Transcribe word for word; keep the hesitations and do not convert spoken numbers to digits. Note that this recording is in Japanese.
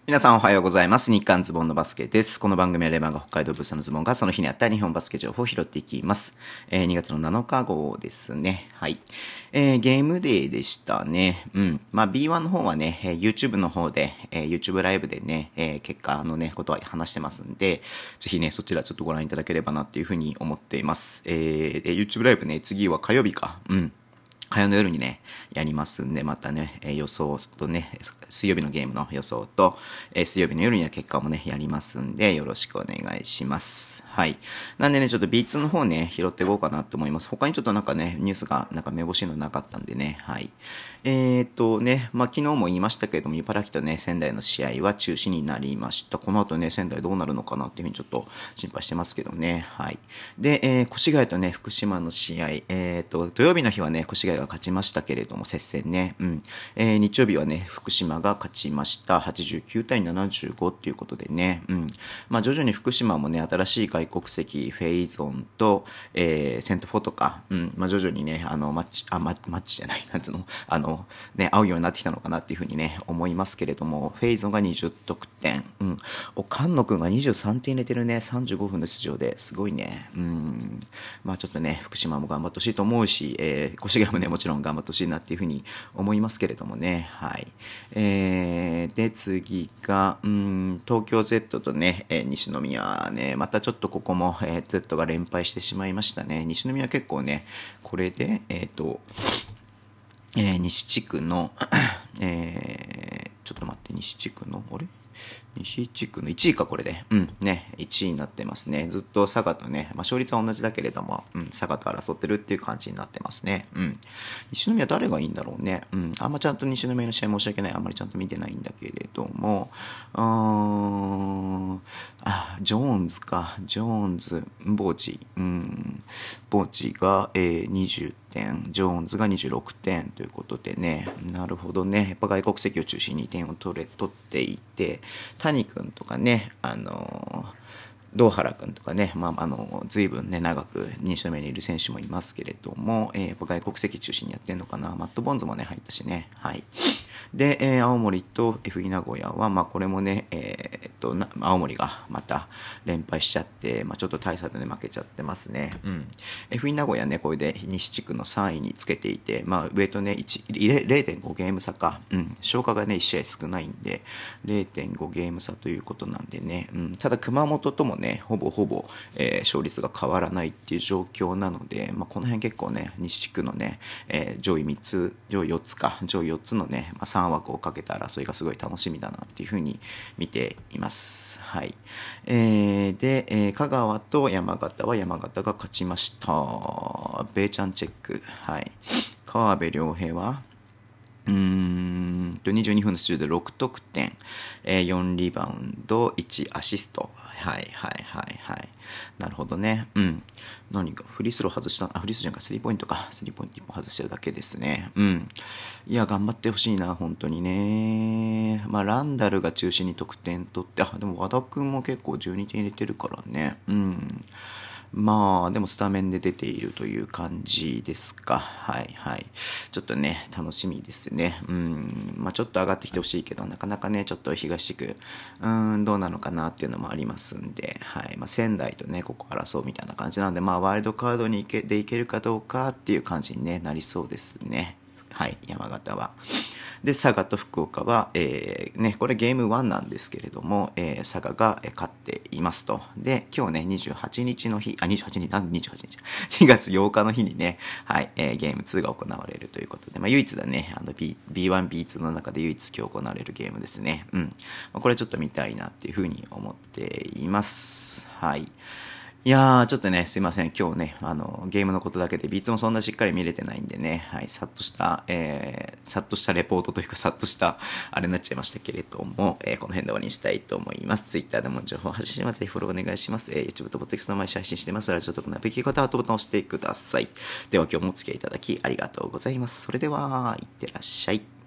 皆さんおはようございます。日刊ズボンのバスケです。この番組はレバンが北海道ブースのズボンがその日にあった日本バスケ情報を拾っていきます。えー、にがつのなのか号ですね。はい。えー、ゲームデーでしたね。うん。まあ ビーワン の方はね、えー、YouTube の方で、えー、YouTube ライブでね、えー、結果のね、ことは話してますんで、ぜひね、そちらちょっとご覧いただければなっていうふうに思っています。えー、YouTube ライブね、次は火曜日か。うん。火曜の夜にね、やりますんで、またね、えー、予想とね、水曜日のゲームの予想と、えー、水曜日の夜には結果もね、やりますんで、よろしくお願いします。はい。なんでね、ちょっと ビーツー の方ね、拾っていこうかなと思います。他にちょっとなんかね、ニュースがなんか目星のなかったんでね、はい。えー、っとね、まあ、昨日も言いましたけれども、茨城とね、仙台の試合は中止になりました。この後ね、仙台どうなるのかなっていうふうにちょっと心配してますけどね、はい。で、えー、越谷とね、福島の試合、えー、っと、土曜日の日はね、越谷が勝ちましたけれども、接戦ね、うん。えー、日曜日はね、福島が勝ちました。はちじゅうきゅうたいななじゅうごっていうことでね、うん。まあ、徐々に福島もね、新しい外国籍、フェイゾンと、えー、セントフォとか、うん、まあ、徐々にね、あの、マッチ、あ、マッチじゃない、なんつうの、あの、ね、合うようになってきたのかなっていうふうにね、思いますけれども、フェイゾンがにじゅってん、うん。お、菅野くんがにじゅうさんてん入れてるね、さんじゅうごふんの出場ですごいね、うん。まあ、ちょっとね、福島も頑張ってほしいと思うし、えー、越谷もね、もちろん頑張ってほしいなっていうふうに思いますけれどもね、はい。えー、で、次が、うん、東京 Z とね、えー、西宮ね、またちょっとここも、えー、Z が連敗してしまいましたね。西宮結構ね、これで、えっと、えー、西地区の、えー、ちょっと待って、西地区の、あれ西地区のいちいか、これで。うん、ね、いちいになってますね。ずっと佐賀とね、まあ、勝率は同じだけれども、うん、佐賀と争ってるっていう感じになってますね。うん。西宮誰がいいんだろうね。うん、あんまちゃんと西宮の試合申し訳ない。あんまりちゃんと見てないんだけれども、うーん、あ、ジョーンズか。ジョーンズ、ボーチ、うん、ボーチが、えー、にじゅってん、ジョーンズがにじゅうろくてんということでね、なるほどね。やっぱ外国籍を中心に点を取れ、取っていて、谷君とかね、あの堂原君とかね、まあ、あの随分ね長く西宮にいる選手もいますけれども、えー、やっぱ外国籍中心にやってるのかな。マット・ボンズもね入ったしね、はい。で、えー、青森と エフイー 名古屋は、まあ、これもね、えー、っと青森がまた連敗しちゃって、まあ、ちょっと大差でね負けちゃってますね。うん、エフイー 名古屋ねこれで西地区のさんいにつけていて、まあ、上とね れいてんご ゲーム差か、うん、消化がねいち試合少ないんで れいてんご ゲーム差ということなんでね、うん、ただ熊本ともねほぼほぼ、えー、勝率が変わらないっていう状況なので、まあ、この辺結構ね西地区のね、えー、上位みっつ上位よっつか上位よっつのね、まあ、さん枠をかけた争いがすごい楽しみだなっていうふうに見ています。はい。えー、で、えー、香川と山形は山形が勝ちました。ベイちゃんチェック。はい。川辺良平はうーんとにじゅうにふんの出場でろく得点、えー、よんリバウンドいちアシスト。はいはいはいはい。なるほどね。うん。何かフリースロー外した、あ、フリースローじゃんか、スリーポイントか。スリーポイントいっぽん外してるだけですね。うん。いや、頑張ってほしいな、本当にね。まあ、ランダルが中心に得点取って、あ、でも和田くんも結構じゅうにてん入れてるからね。うん。まあ、でもスタメンで出ているという感じですか。はいはい。ちょっとね、楽しみですね。うん。まあ、ちょっと上がってきてほしいけど、なかなかね、ちょっと東地区、うん、どうなのかなっていうのもありますんで、はい。まあ、仙台とね、ここ争うみたいな感じなんで、まあ、ワイルドカードにいけでいけるかどうかっていう感じに、ね、なりそうですね。はい、山形は。で、佐賀と福岡は、えー、ね、これゲームワンなんですけれども、えー、佐賀が勝っていますと。で、今日ね、にじゅうはちにちの日、あ、にじゅうはちにち、なんでにじゅうはちにち ?に 月ようかの日にね、はい、えー、ゲームツーが行われるということで、まあ、唯一だね、あの B、ビーワン、ビーツー の中で唯一今日行われるゲームですね。うん。まあ、これちょっと見たいなっていうふうに思っています。はい。いやー、ちょっとね、すいません。今日ね、あの、ゲームのことだけで、ビーツもそんなしっかり見れてないんでね、はい、さっとした、えー、さっとしたレポートというか、さっとした、あれになっちゃいましたけれども、えー、この辺で終わりにしたいと思います。Twitter でも情報を発信します。ぜひフォローお願いします。えー、YouTube と Podcast の毎週配信してます。ラジオとかのアプリケーション方はボタンを押してください。では今日もお付き合いいただきありがとうございます。それでは、いってらっしゃい。